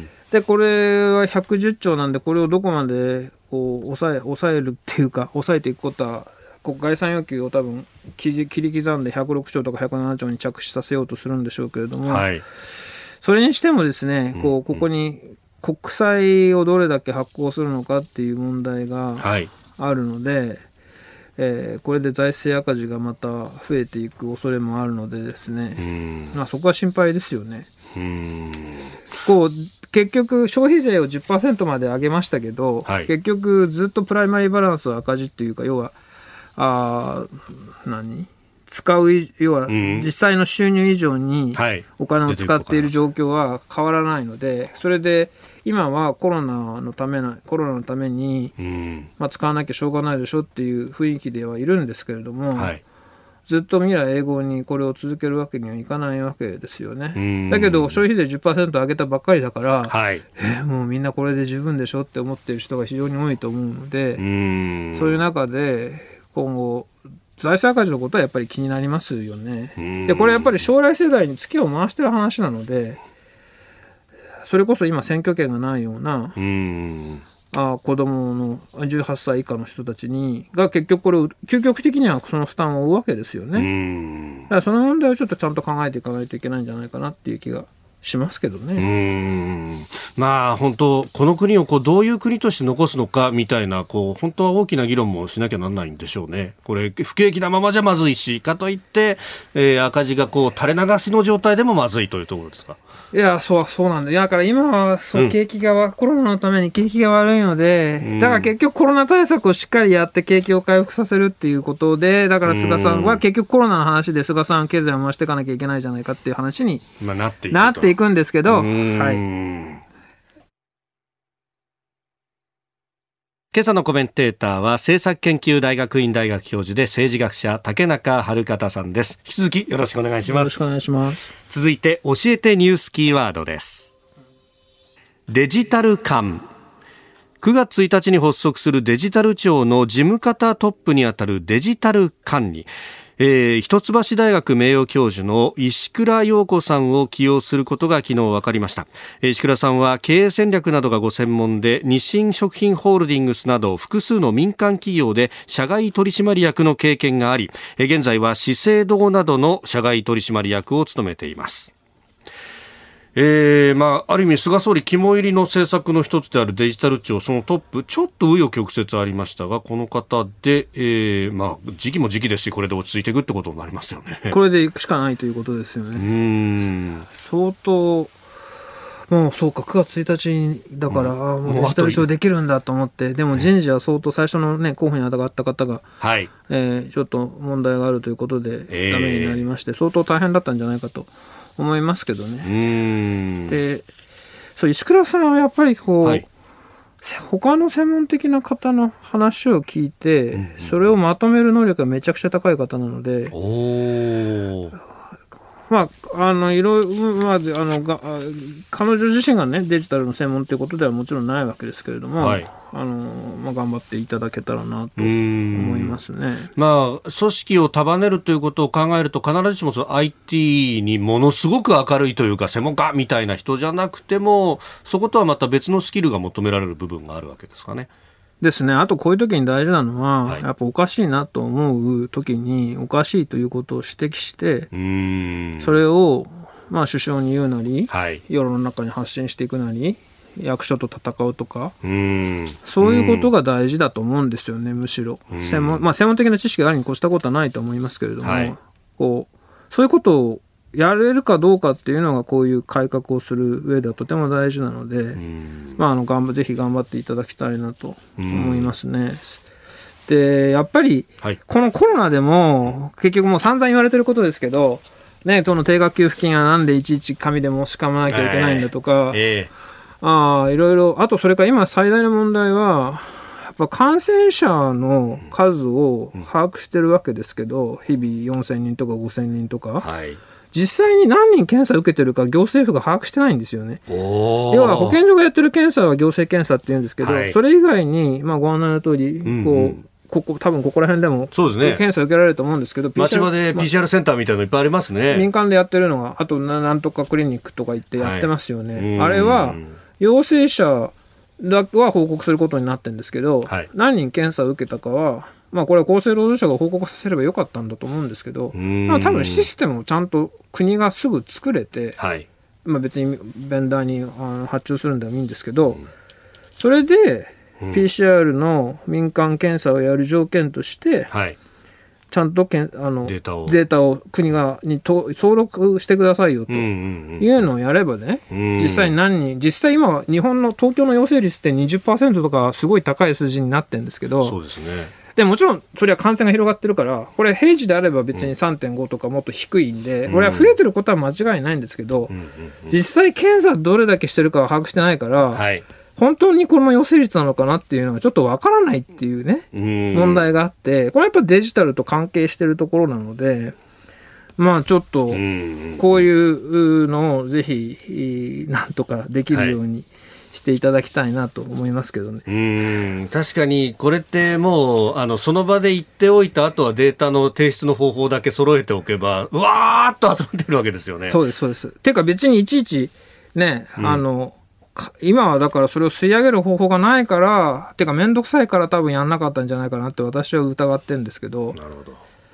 D: でこれはひゃくじゅっちょうなんで、これをどこまでこう抑え、抑えるっていうか抑えていくことは、概算要求を多分切り刻んでひゃくろくちょうとかひゃくななちょうに着手させようとするんでしょうけれども、はい、それにしてもですね、こうここに国債をどれだけ発行するのかっていう問題があるので、はい、えー、これで財政赤字がまた増えていく恐れもあるのでですね、うん、まあ、そこは心配ですよね。うん、こう結局消費税を じゅっパーセント まで上げましたけど、はい、結局ずっとプライマリーバランスは赤字っていうか、要はあ何使う要は実際の収入以上にお金を使っている状況は変わらないので、それで今はコロナのためなコロナのために、うんまあ、使わなきゃしょうがないでしょっていう雰囲気ではいるんですけれども、はい、ずっと未来永劫にこれを続けるわけにはいかないわけですよね。だけど消費税 じゅっパーセント 上げたばっかりだから、はい、えー、もうみんなこれで十分でしょって思っている人が非常に多いと思うので、うんそういう中で今後財政赤字のことはやっぱり気になりますよね。でこれやっぱり将来世代にツケを回してる話なので、それこそ今選挙権がないようなうんあ子供のじゅうはっさい以下の人たちにが結局これを究極的にはその負担を負うわけですよね。うんだからその問題をちょっとちゃんと考えていかないといけないんじゃないかなっていう気がしますけどね。
A: うーん、まあ本当この国をこうどういう国として残すのかみたいなこう本当は大きな議論もしなきゃなんないんでしょうね。これ不景気なままじゃまずいし、かといって、えー、赤字がこう垂れ流しの状態でもまずいというところですか。
D: いや、そう、そうなんだ。だから今はそう、うん、景気がコロナのために景気が悪いので、うん、だから結局コロナ対策をしっかりやって景気を回復させるっていうことで、だから菅さんは結局コロナの話で菅さん経済を回していかなきゃいけないじゃないかっていう話になっていくと、なっていくんですけど、はい。
A: 今朝のコメンテーターは政策研究大学院大学教授で政治学者竹中春方さんです。引き続きよろしくお願いします。
D: よろしくお願いします。
A: 続いて教えてニュースキーワードです。デジタル監。くがつついたちに発足するデジタル庁の事務方トップにあたるデジタル監に、えー、一橋大学名誉教授の石倉陽子さんを起用することが昨日分かりました。石倉さんは経営戦略などがご専門で、日清食品ホールディングスなど複数の民間企業で社外取締役の経験があり、現在は資生堂などの社外取締役を務めています。えーまあ、ある意味菅総理肝入りの政策の一つであるデジタル庁、そのトップちょっと紆余曲折ありましたが、この方で、えーまあ、時期も時期ですし、これで落ち着いていくってことになりますよね。
D: これでいくしかないということですよね。
A: うーん、
D: 相当もうそうか、くがつついたちだから、うん、もうデジタル庁できるんだと思って、でも人事は相当最初の、ね、候補に上がった方が、はいえー、ちょっと問題があるということで、えー、ダメになりまして、相当大変だったんじゃないかと思いますけどね。うーん、で、そう、石倉さんはやっぱりこう、はい、他の専門的な方の話を聞いて、うんうん、それをまとめる能力がめちゃくちゃ高い方なので、おまあ、あのいろいろ、まあ、あのが彼女自身が、ね、デジタルの専門ということではもちろんないわけですけれども、はい、あのまあ、頑張っていただけたらなと思いますね。
A: まあ、組織を束ねるということを考えると、必ずしもその アイティー にものすごく明るいというか専門家みたいな人じゃなくても、そことはまた別のスキルが求められる部分があるわけですかね。
D: ですね。あとこういう時に大事なのは、はい、やっぱおかしいなと思う時におかしいということを指摘して、うーんそれを、まあ、首相に言うなり、はい、世の中に発信していくなり、役所と戦うとか、うーんそういうことが大事だと思うんですよね。むしろ専門、まあ、専門的な知識があるに越したことはないと思いますけれども、はい、こうそういうことをやれるかどうかっていうのがこういう改革をする上ではとても大事なので、まあ、あの頑張ぜひ頑張っていただきたいなと思いますね。でやっぱりこのコロナでも結局もう散々言われてることですけど、ね、党の定額給付金はなんでいちいち紙で申し込まなきゃいけないんだとか、えー、あいろいろ、あとそれから今最大の問題はやっぱ感染者の数を把握してるわけですけど、日々よんせんにんとかごせんにんとか、はい実際に何人検査を受けてるか行政府が把握してないんですよね。要は保健所がやってる検査は行政検査っていうんですけど、はい、それ以外に、まあ、ご案内の通り、うんうん、こうここ多分ここら辺でもそうです、ね、検査を受けられると思うんですけど、
A: 町場で ピーシーアール センターみたいなのいっぱいありますね。
D: 民間でやってるのが、あとなんとかクリニックとか言ってやってますよね、はい、あれは陽性者だけは報告することになってるんですけど、はい、何人検査を受けたかはまあ、これは厚生労働省が報告させればよかったんだと思うんですけど、まあ、多分システムをちゃんと国がすぐ作れて、はいまあ、別にベンダーにあの発注するんでもいいんですけど、うん、それで ピーシーアール の民間検査をやる条件として、はい、ちゃんとけんあのデータを、データを国がにと登録してくださいよというのをやればね、うんうんうん、実際に何人実際今日本の東京の陽性率って にじゅっパーセント とかすごい高い数字になってるんですけど、
A: そうですね。
D: でもちろんそれは感染が広がってるから、これ平時であれば別に さんてんご とかもっと低いんで、これは増えてることは間違いないんですけど、実際検査どれだけしてるかは把握してないから、はい、本当にこの陽性率なのかなっていうのはちょっとわからないっていうね、問題があって、これはやっぱデジタルと関係してるところなので、まあちょっとこういうのをぜひなんとかできるように、はいしていただきたいなと思いますけどね。う
A: ーん確かにこれってもうあのその場で言っておいた後はデータの提出の方法だけ揃えておけばうわーっと集まってるわけですよね。
D: そうですそうです。てか別にいちいちね、うん、あの今はだからそれを吸い上げる方法がないからてか面倒くさいから多分やんなかったんじゃないかなって私は疑ってるんですけど。
A: なるほど。う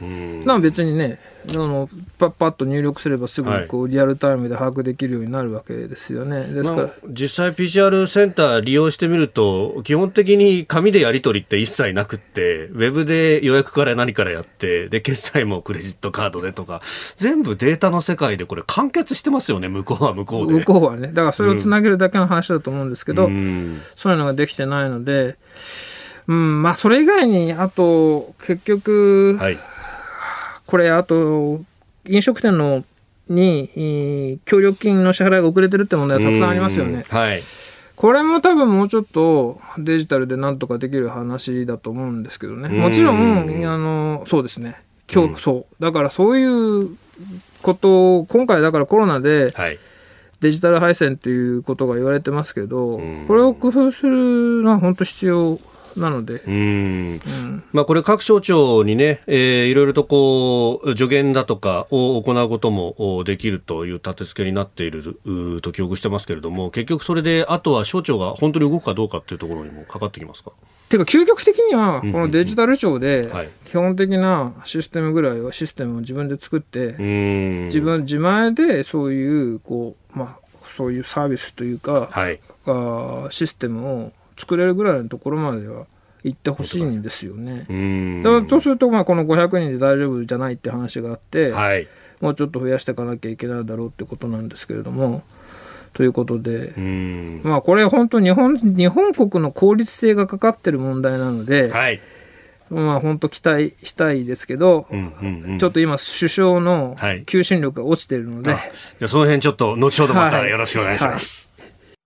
D: な別にねあのパッパッと入力すればすぐこうリアルタイムで把握できるようになるわけですよね。ですから、まあ、
A: 実際 ピーシーアール センター利用してみると基本的に紙でやり取りって一切なくってウェブで予約から何からやってで決済もクレジットカードでとか全部データの世界でこれ完結してますよね。向こうは向こうで
D: 向こうはねだからそれをつなげるだけの話だと思うんですけど、うん、そういうのができてないので、うんまあ、それ以外にあと結局、はい、これあと飲食店のに協力金の支払いが遅れてるって問題はたくさんありますよね、
A: はい、
D: これも多分もうちょっとデジタルでなんとかできる話だと思うんですけどね。もちろんあのそうですね今日、うん、そうだからそういうことを今回だからコロナでデジタル配線ということが言われてますけど、これを工夫するのは本当必要なので、
A: うんうんまあ、これ各省庁にね、えー、いろいろとこう助言だとかを行うこともできるという立て付けになっていると記憶してますけれども、結局それであとは省庁が本当に動くかどうかっていうところにもかかってきますか。
D: ていうか究極的にはこのデジタル庁で基本的なシステムぐらいはシステムを自分で作って自分自前でそういうこう、まあ、そういうサービスというか、はい、あシステムを作れるぐらいのところまでは行ってほしいんですよね。だからとするとまあこのごひゃくにんで大丈夫じゃないって話があって、はい、もうちょっと増やしていかなきゃいけないだろうってことなんですけれども、ということで、まあこれ本当日本日本国の効率性がかかってる問題なので、はい、まあ本当期待したいですけど、うんうんうん、ちょっと今首相の求心力が落ちているので、はい、
A: じゃその辺ちょっと後ほどまたよろしくお願いします。はいはい。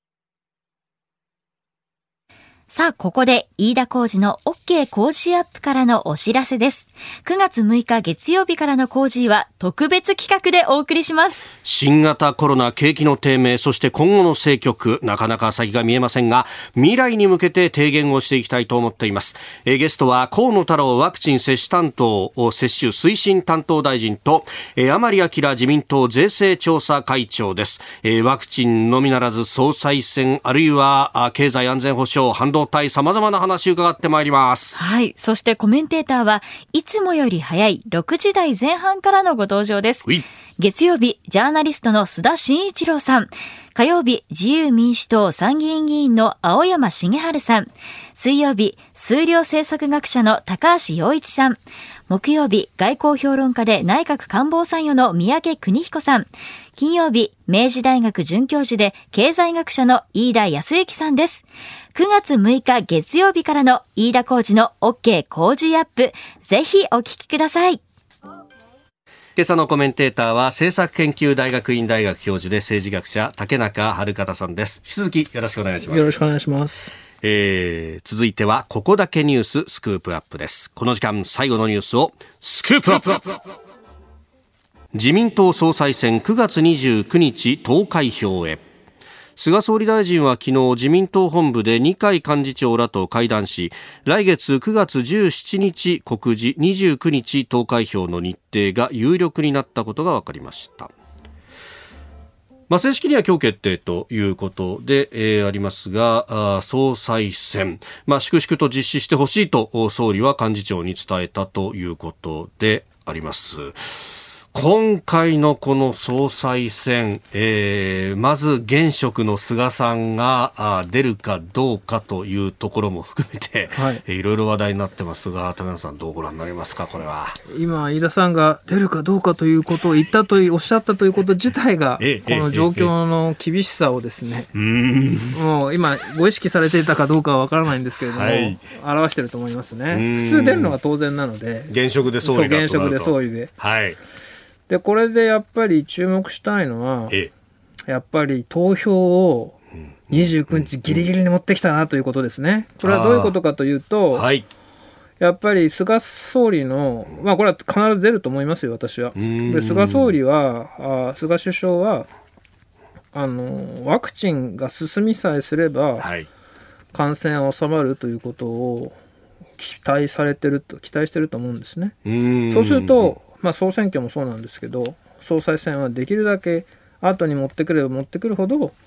B: さあ、ここで飯田浩司の OK 工事アップからのお知らせです。くがつむいか月曜日からの工事は特別企画でお送りします。
A: 新型コロナ、景気の低迷、そして今後の政局、なかなか先が見えませんが、未来に向けて提言をしていきたいと思っています。えー、ゲストは河野太郎ワクチン接種担当、接種推進担当大臣と、えー、甘利明自民党税制調査会長です。えー、ワクチンのみならず総裁選、あるいは経済安全保障、半導体、様々な話を伺ってまいります。
B: はい。そしてコメンテーターはいつもより早いろくじ台前半からのご登場です。月曜日、ジャーナリストの須田慎一郎さん。火曜日、自由民主党参議院議員の青山茂春さん。水曜日、数量政策学者の高橋洋一さん。木曜日、外交評論家で内閣官房参与の三宅邦彦さん。金曜日、明治大学准教授で経済学者の飯田康之さんです。くがつむいか月曜日からの飯田浩司の OK 工事アップ、ぜひお聞きください。
A: 今朝のコメンテーターは政策研究大学院大学教授で政治学者竹中春方さんです。引き続きよろしくお願いします。
D: よろしくお願いします。
A: えー、続いてはここだけニューススクープアップです。この時間最後のニュースをスクープアップ。自民党総裁選くがつにじゅうくにち投開票へ。菅総理大臣は昨日自民党本部で二階幹事長らと会談し、来月くがつじゅうしちにち告示、にじゅうくにち投開票の日程が有力になったことが分かりました。まあ、正式には今日決定ということで、えー、ありますが、総裁選、まあ、粛々と実施してほしいと総理は幹事長に伝えたということであります。今回のこの総裁選、えー、まず現職の菅さんが出るかどうかというところも含めて、はい、いろいろ話題になってますが、田中さんどうご覧になりますか。これは
D: 今飯田さんが出るかどうかということを言ったとおっしゃったということ自体が、ええ、この状況の厳しさをですね、ええ、うんもう今ご意識されていたかどうかは分からないんですけれども、はい、表していると思いますね。普通出るのが当然なので、
A: 現職で総理だとなると、
D: そう現職で総理で、
A: はい
D: でこれでやっぱり注目したいのは、ええ、やっぱり投票をにじゅうくにちギリギリに持ってきたなということですね。これはどういうことかというと、はい、やっぱり菅総理の、まあこれは必ず出ると思いますよ、私は。で菅総理は、あ菅首相はあのワクチンが進みさえすれば、はい、感染は収まるということを期待されてると期待してると思うんですね。うそうするとまあ、総選挙もそうなんですけど、総裁選はできるだけ後に持ってくれば持ってくるほど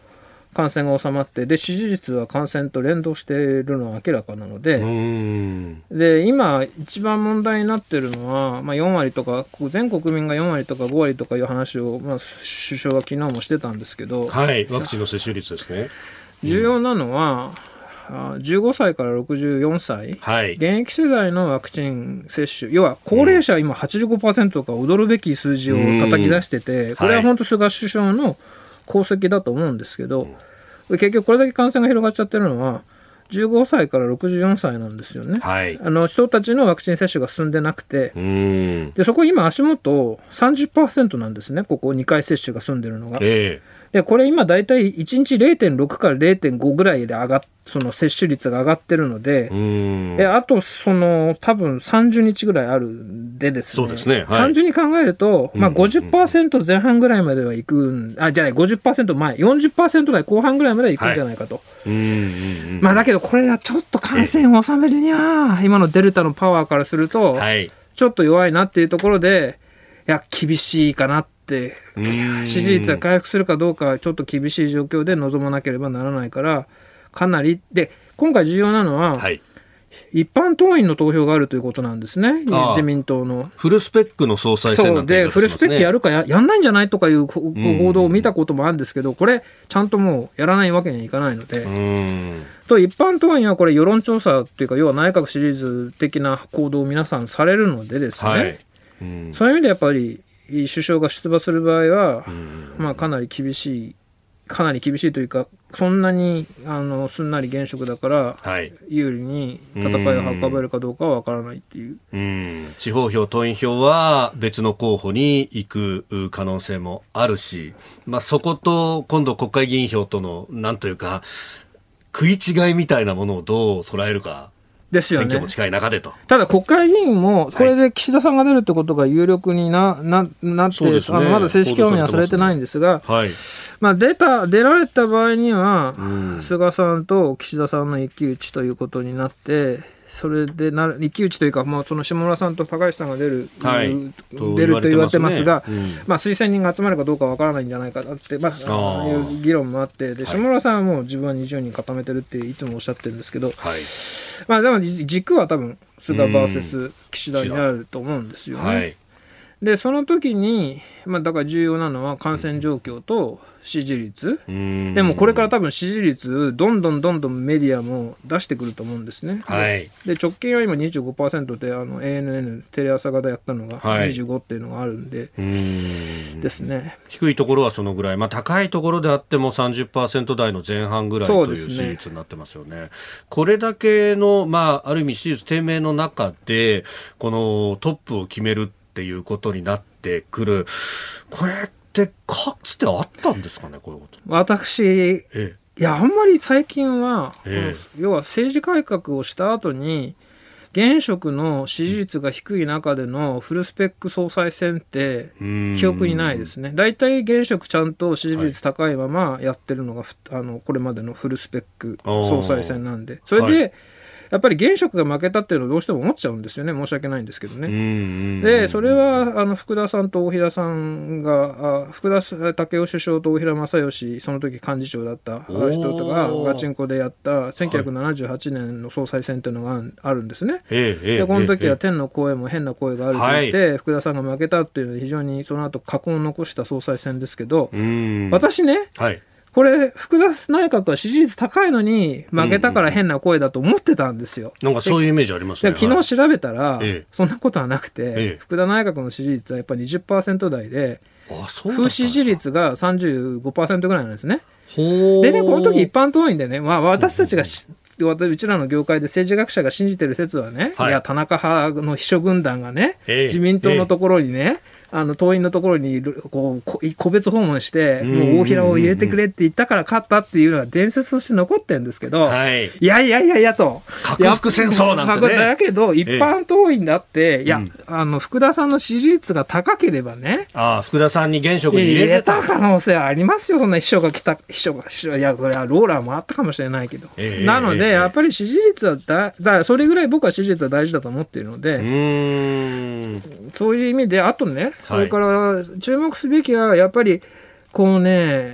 D: 感染が収まって、で支持率は感染と連動しているのは明らかなので、
A: うーん
D: で今一番問題になっているのは、まあ、よんわりとか全国民がよんわりとかごわりとかいう話を、まあ、首相は昨日もしてたんですけど、
A: はい、ワクチンの接種率ですね。
D: 重要なのは、うん、じゅうごさいからろくじゅうよんさい、はい、現役世代のワクチン接種、要は高齢者は今 はちじゅうごパーセント とか驚るべき数字を叩き出してて、これは本当菅首相の功績だと思うんですけど、結局これだけ感染が広がっちゃってるのはじゅうごさいからろくじゅうよんさいなんですよね、はい、あの人たちのワクチン接種が進んでなくて、うーんでそこ今足元 さんじゅっパーセント なんですね、ここにかい接種が済んでるのが、えーでこれ今だいたいいちにち れいてんろく から れいてんご ぐらいで上がっその接種率が上がってるので、えあとその多分さんじゅうにちぐらいあるんでですね、そうですね、はい、単純に考えると、まあ、ごじゅっパーセント 前半ぐらいまではいくんあじゃない ごじゅっパーセント 前 よんじゅっパーセント 台後半ぐらいまではいくんじゃないかと、はい、うんまあ、だけどこれはちょっと感染を収めるには今のデルタのパワーからすると、はい、ちょっと弱いなっていうところで、いや厳しいかなって、支持率が回復するかどうかちょっと厳しい状況で臨まなければならないから、かなりで今回重要なのは、はい、一般党員の投票があるということなんですね。自民党の
A: フルスペックの総裁選なんて言い方しますね。
D: そうでフルスペックやるか や, やんないんじゃないとかいう報道を見たこともあるんですけど、これちゃんともうやらないわけにはいかないので、うんと一般党員はこれ世論調査というか、要は内閣支持率的な行動を皆さんされるのでですね、はいうん、そういう意味でやっぱり首相が出馬する場合は、まあ、かなり厳しいかなり厳しいというか、そんなにあのすんなり現職だから、はい、有利に戦いを運べるかどうかは分からないっていう、
A: うん地方票党員票は別の候補に行く可能性もあるし、まあ、そこと今度国会議員票とのなんというか食い違いみたいなものをどう捉えるかですよね、選挙も近い中でと。
D: ただ国会議員もこれで岸田さんが出るってことが有力に な, な, なって、ね、あのまだ正式表明はされてないんですが、はいまあ、出た出られた場合には、うん、菅さんと岸田さんの一騎打ちということになって、それでな一騎打ちというか、まあ、その下村さんと高市さんが出る、はい、出ると言われてますが、うんまあ、推薦人が集まるかどうかわからないんじゃないかなって、まあ、ああいう議論もあって、で下村さんはもう自分はにじゅうにん固めてるっていつもおっしゃってるんですけど、はいまあ、でも軸は多分菅 ブイエス 岸田になると思うんですよね。はい、でその時に、まあ、だから重要なのは感染状況と支持率、うん、でもこれから多分支持率どんどんどんどんメディアも出してくると思うんですね、はい、で直近は今 にじゅうごパーセント であの エーエヌエヌ テレ朝型やったのがにじゅうごっていうのがあるんで、はい、うんですね。
A: 低いところはそのぐらい、まあ、高いところであっても さんじゅっパーセント 台の前半ぐらいという支持率になってますよね。これだけの、まあ、ある意味支持率低迷の中でこのトップを決めるっていうことになってくる、これってかつてあったんですかね、こういうこと。
D: 私、ええ、いやあんまり最近は、ええ、要は政治改革をした後に現職の支持率が低い中でのフルスペック総裁選って記憶にないですね。だいたい現職ちゃんと支持率高いままやってるのが、はい、あのこれまでのフルスペック総裁選なんで、それで、はいやっぱり現職が負けたっていうのをどうしても思っちゃうんですよね。申し訳ないんですけどね。うんでそれはあの福田さんと大平さんがあ福田赳夫首相と大平正義その時幹事長だった人とかガチンコでやったせんきゅうひゃくななじゅうはちねんの総裁選というのがあるんですね、はい、でこの時は天の声も変な声があると言って、はい、福田さんが負けたっていうので非常にその後禍根を残した総裁選ですけど、私ね、はいこれ福田内閣は支持率高いのに負けたから変な声だと思ってたんですよ、
A: うんうん、なんかそういうイメージありますね。
D: 昨日調べたら、はい、そんなことはなくて、ええ、福田内閣の支持率はやっぱり にじゅっパーセント 台で不支持率が さんじゅうごパーセント ぐらいなんですね。でねこの時一般党員でね、まあ、私たちがうちらの業界で政治学者が信じてる説はね、はい、いや田中派の秘書軍団がね、ええ、自民党のところにね、えあの党員のところにこう個別訪問してもう大平を入れてくれって言ったから勝ったっていうのが伝説として残ってるんですけど、はい、いやいやいやいやと
A: 核福戦争なんてね
D: だけど一般党員だって、ええ、いや、うん、あの福田さんの支持率が高ければね
A: あ福田さんに現職に入れてた
D: 入れた可能性はありますよ。そんな秘書が来た秘書が秘書いやこれはローラーもあったかもしれないけど、ええ、なので、ええ、やっぱり支持率はだだそれぐらい僕は支持率は大事だと思っているのでうーんそういう意味であとねそれから、はい注目すべきはやっぱりこうね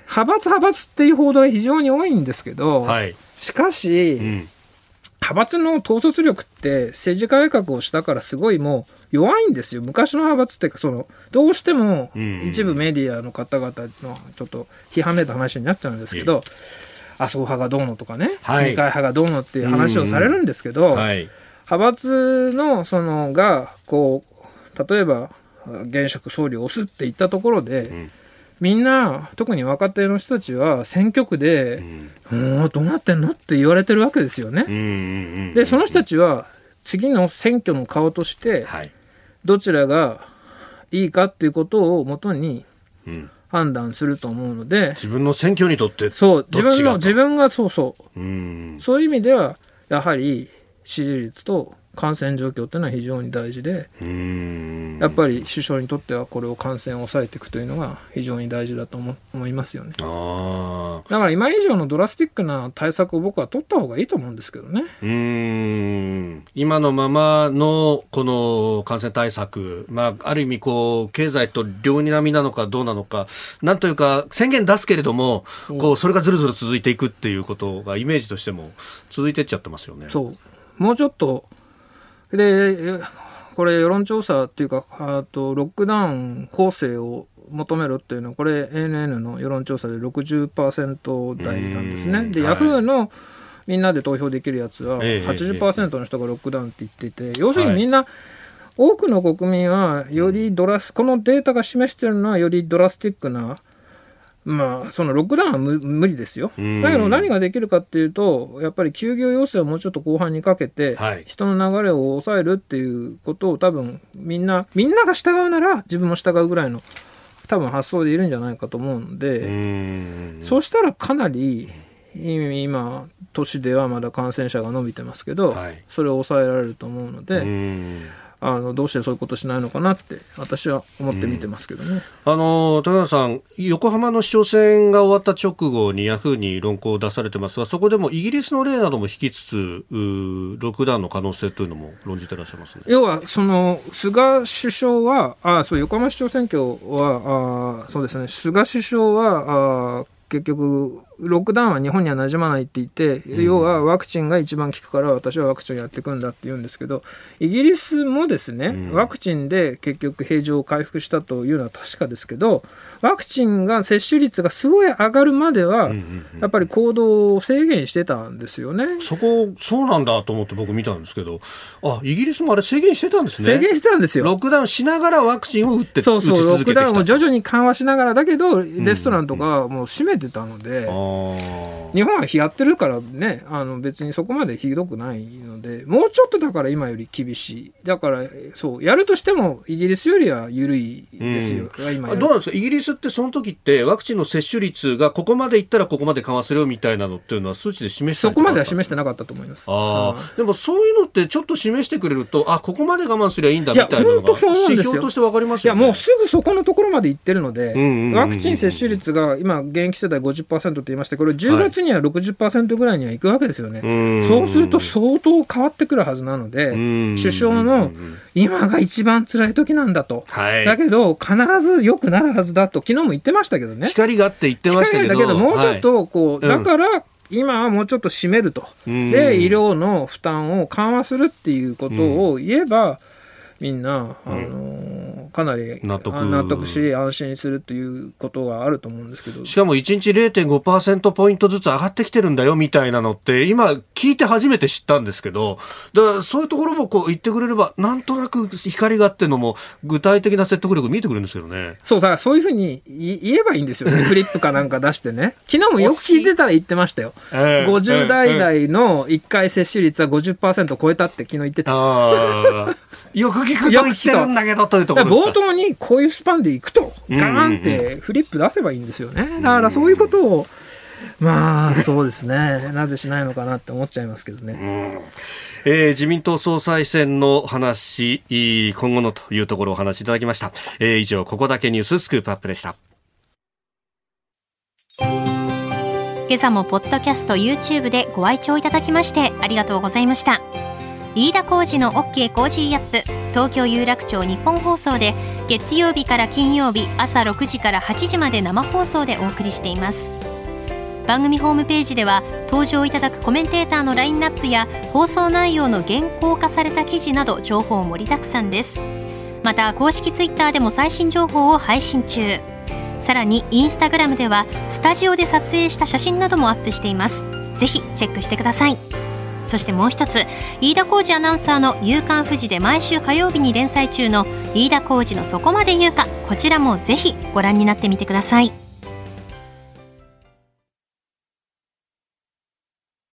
D: 派閥派閥っていう報道が非常に多いんですけど、はい、しかし、うん、派閥の統率力って政治改革をしたからすごいもう弱いんですよ。昔の派閥っていうかそのどうしても一部メディアの方々のちょっと批判めいた話になっちゃうんですけど、麻生派がどうのとかね、はい、二階派がどうのっていう話をされるんですけど、はい、派閥のそのがこう例えば現職総理を推すっていったところで、うん、みんな特に若手の人たちは選挙区で、うん、もうどうなってんのって言われてるわけですよね、うんうんうんうん、でその人たちは次の選挙の顔としてどちらがいいかっていうことをもとに判断すると思うので、
A: 自分の選挙にとって
D: そう自分の自分がそうそう、うん、そういう意味ではやはり支持率と感染状況というのは非常に大事で、うーんやっぱり首相にとってはこれを感染を抑えていくというのが非常に大事だと 思, 思いますよね。あだから今以上のドラスティックな対策を僕は取った方がいいと思うんですけどね。
A: うーん今のままのこの感染対策、まあ、ある意味こう経済と両にらみなのかどうなのか、なんというか宣言出すけれどもこうそれがずるずる続いていくっていうことがイメージとしても続いていっちゃってますよね。
D: そうもうちょっとでこれ世論調査っていうかあとロックダウン法制を求めろっていうのはこれ エーエヌエヌ の世論調査で ろくじゅっパーセント 台なんですね。で、はい、ヤフーのみんなで投票できるやつは はちじゅっパーセント の人がロックダウンって言っていて、えー、要するにみんな、はい、多くの国民はよりドラスこのデータが示しているのはよりドラスティックなまあ、そのロックダウンは 無, 無理ですよ。だけど何ができるかっていうとやっぱり休業要請をもうちょっと後半にかけて、はい、人の流れを抑えるっていうことを多分みんなみんなが従うなら自分も従うぐらいの多分発想でいるんじゃないかと思うので、うーんそうしたらかなり今都市ではまだ感染者が伸びてますけど、はい、それを抑えられると思うので、うーんあのどうしてそういうことしないのかなって私は思って見てますけどね、
A: うん、あの豊永さん横浜の市長選が終わった直後にヤフーに論考を出されてますが、そこでもイギリスの例なども引きつつロックダウンの可能性というのも論じてらっしゃいますね。
D: 要はその菅首相はあそう横浜市長選挙はあそうですね菅首相はあ結局ロックダウンは日本には馴染まないって言って、うん、要はワクチンが一番効くから私はワクチンをやっていくんだって言うんですけど、イギリスもですね、うん、ワクチンで結局平常を回復したというのは確かですけど、ワクチンが接種率がすごい上がるまでは、うんうんうん、やっぱり行動を制限してたんですよね。
A: そこそうなんだと思って僕見たんですけど、あイギリスもあれ制限してたんですね。
D: 制限してたんですよ。
A: ロックダウンしながらワクチンを打って
D: そうそうロックダウンを徐々に緩和しながらだけどレストランとかもう閉めてたので、うんうん日本はやってるからねあの別にそこまでひどくないのでもうちょっとだから今より厳しいだからそうやるとしてもイギリスよりは緩いですよ、
A: うん、今どうなんですかイギリスってその時ってワクチンの接種率がここまでいったらここまで緩和するよみたいなのっていうのは数値で示して
D: そこまでは示してなかったと思います。
A: あ、うん、でもそういうのってちょっと示してくれるとあここまで我慢すりゃいいんだみたいなのが指標として分かりますよね。
D: いやもうすぐそこのところまでいってるので、うんうんうんうん、ワクチン接種率が今現役世代 ごじゅっパーセント って言いましたけどじゅうがつには ろくじゅっパーセント ぐらいにはいくわけですよね。うそうすると相当変わってくるはずなので首相の今が一番辛い時なんだと、はい、だけど必ず良くなるはずだと昨日も言ってましたけどね。
A: 光があって言ってましたけど
D: 光だけどもうちょっとこう、はい、だから今はもうちょっと締めるとで医療の負担を緩和するっていうことを言えばみんな、あのー、かなり納得、納得し安心するということがあると思うんですけど、
A: しかもいちにち れいてんごパーセント ポイントずつ上がってきてるんだよみたいなのって今聞いて初めて知ったんですけど、だからそういうところもこう言ってくれればなんとなく光があってのも具体的な説得力見えてくるんですけどね。
D: そうだからそういうふうに言えばいいんですよねフリップかなんか出してね昨日もよく聞いてたら言ってましたよ、えー、ごじゅうだい代のいっかい接種率は ごじゅっパーセント 超えたって昨日言ってた。あ
A: よく聞くと言ってるんだけどというところですか。
D: 冒頭にこういうスパンでいくとガーンってフリップ出せばいいんですよね。だからそういうことをまあそうですねなぜしないのかなって思っちゃいますけどね。うん
A: えー、自民党総裁選の話今後のというところをお話しいただきました、えー、以上ここだけニューススクープアップでした。
E: 今朝もポッドキャスト YouTube でご愛聴いただきましてありがとうございました。 飯田浩司の OK コージーアップ、東京有楽町日本放送で月曜日から金曜日朝ろくじからはちじまで生放送でお送りしています。番組ホームページでは登場いただくコメンテーターのラインナップや放送内容の原稿化された記事など情報盛りだくさんです。また公式ツイッターでも最新情報を配信中。さらにインスタグラムではスタジオで撮影した写真などもアップしています。ぜひチェックしてください。そしてもう一つ、飯田浩司アナウンサーの夕刊フジで毎週火曜日に連載中の飯田浩司のそこまで言うか、こちらもぜひご覧になってみてください。